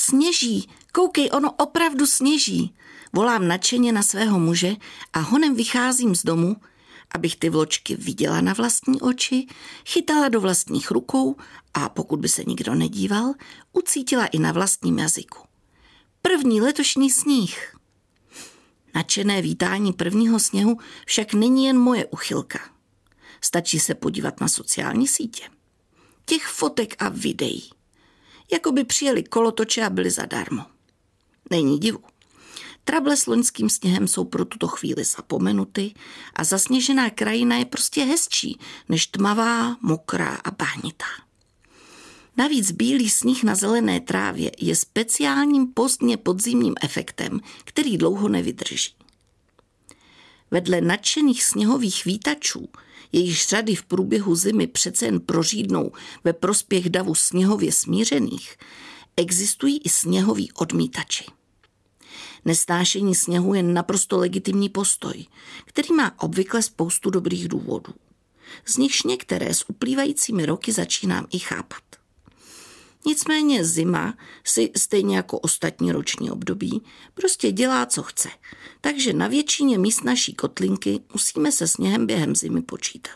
Sněží, koukej, ono opravdu sněží. Volám nadšeně na svého muže a honem vycházím z domu, abych ty vločky viděla na vlastní oči, chytala do vlastních rukou a pokud by se nikdo nedíval, ucítila i na vlastním jazyku. První letošní sníh. Nadšené vítání prvního sněhu však není jen moje uchylka. Stačí se podívat na sociální sítě. Těch fotek a videí. Jako by přijeli kolotoče a byli zadarmo. Není divu. Trable s loňským sněhem jsou pro tuto chvíli zapomenuty a zasněžená krajina je prostě hezčí než tmavá, mokrá a bahnitá. Navíc bílý sníh na zelené trávě je speciálním pozdně podzimním efektem, který dlouho nevydrží. Vedle nadšených sněhových vítačů, jejichž řady v průběhu zimy přece jen prořídnou ve prospěch davu sněhově smířených, existují i sněhoví odmítači. Nesnášení sněhu je naprosto legitimní postoj, který má obvykle spoustu dobrých důvodů. Z nichž některé s uplývajícími roky začínám i chápat. Nicméně zima si stejně jako ostatní roční období prostě dělá, co chce. Takže na většině míst naší kotlinky musíme se sněhem během zimy počítat.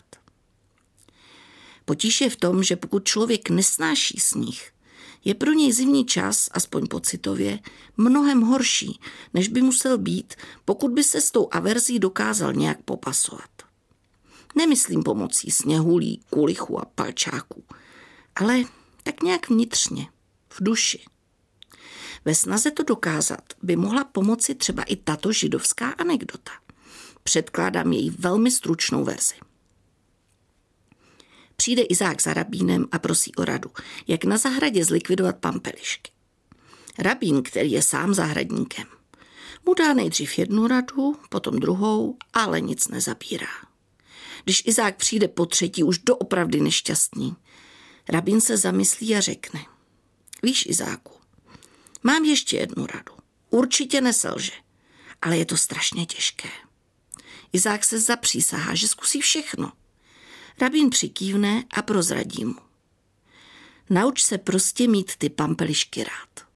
Potíž je v tom, že pokud člověk nesnáší sníh, je pro něj zimní čas, aspoň pocitově, mnohem horší, než by musel být, pokud by se s tou averzí dokázal nějak popasovat. Nemyslím pomocí sněhulí, kulichu a palčáků, ale tak nějak vnitřně, v duši. Ve snaze to dokázat by mohla pomoci třeba i tato židovská anekdota. Předkládám její velmi stručnou verzi. Přijde Izák za rabínem a prosí o radu, jak na zahradě zlikvidovat pampelišky. Rabín, který je sám zahradníkem, mu dá nejdřív jednu radu, potom druhou, ale nic nezabírá. Když Izák přijde po třetí, už doopravdy nešťastný, rabín se zamyslí a řekne: víš, Izáku, mám ještě jednu radu. Určitě neselže, ale je to strašně těžké. Izák se zapřísahá, že zkusí všechno. Rabín přikývne a prozradí mu: nauč se prostě mít ty pampelišky rád.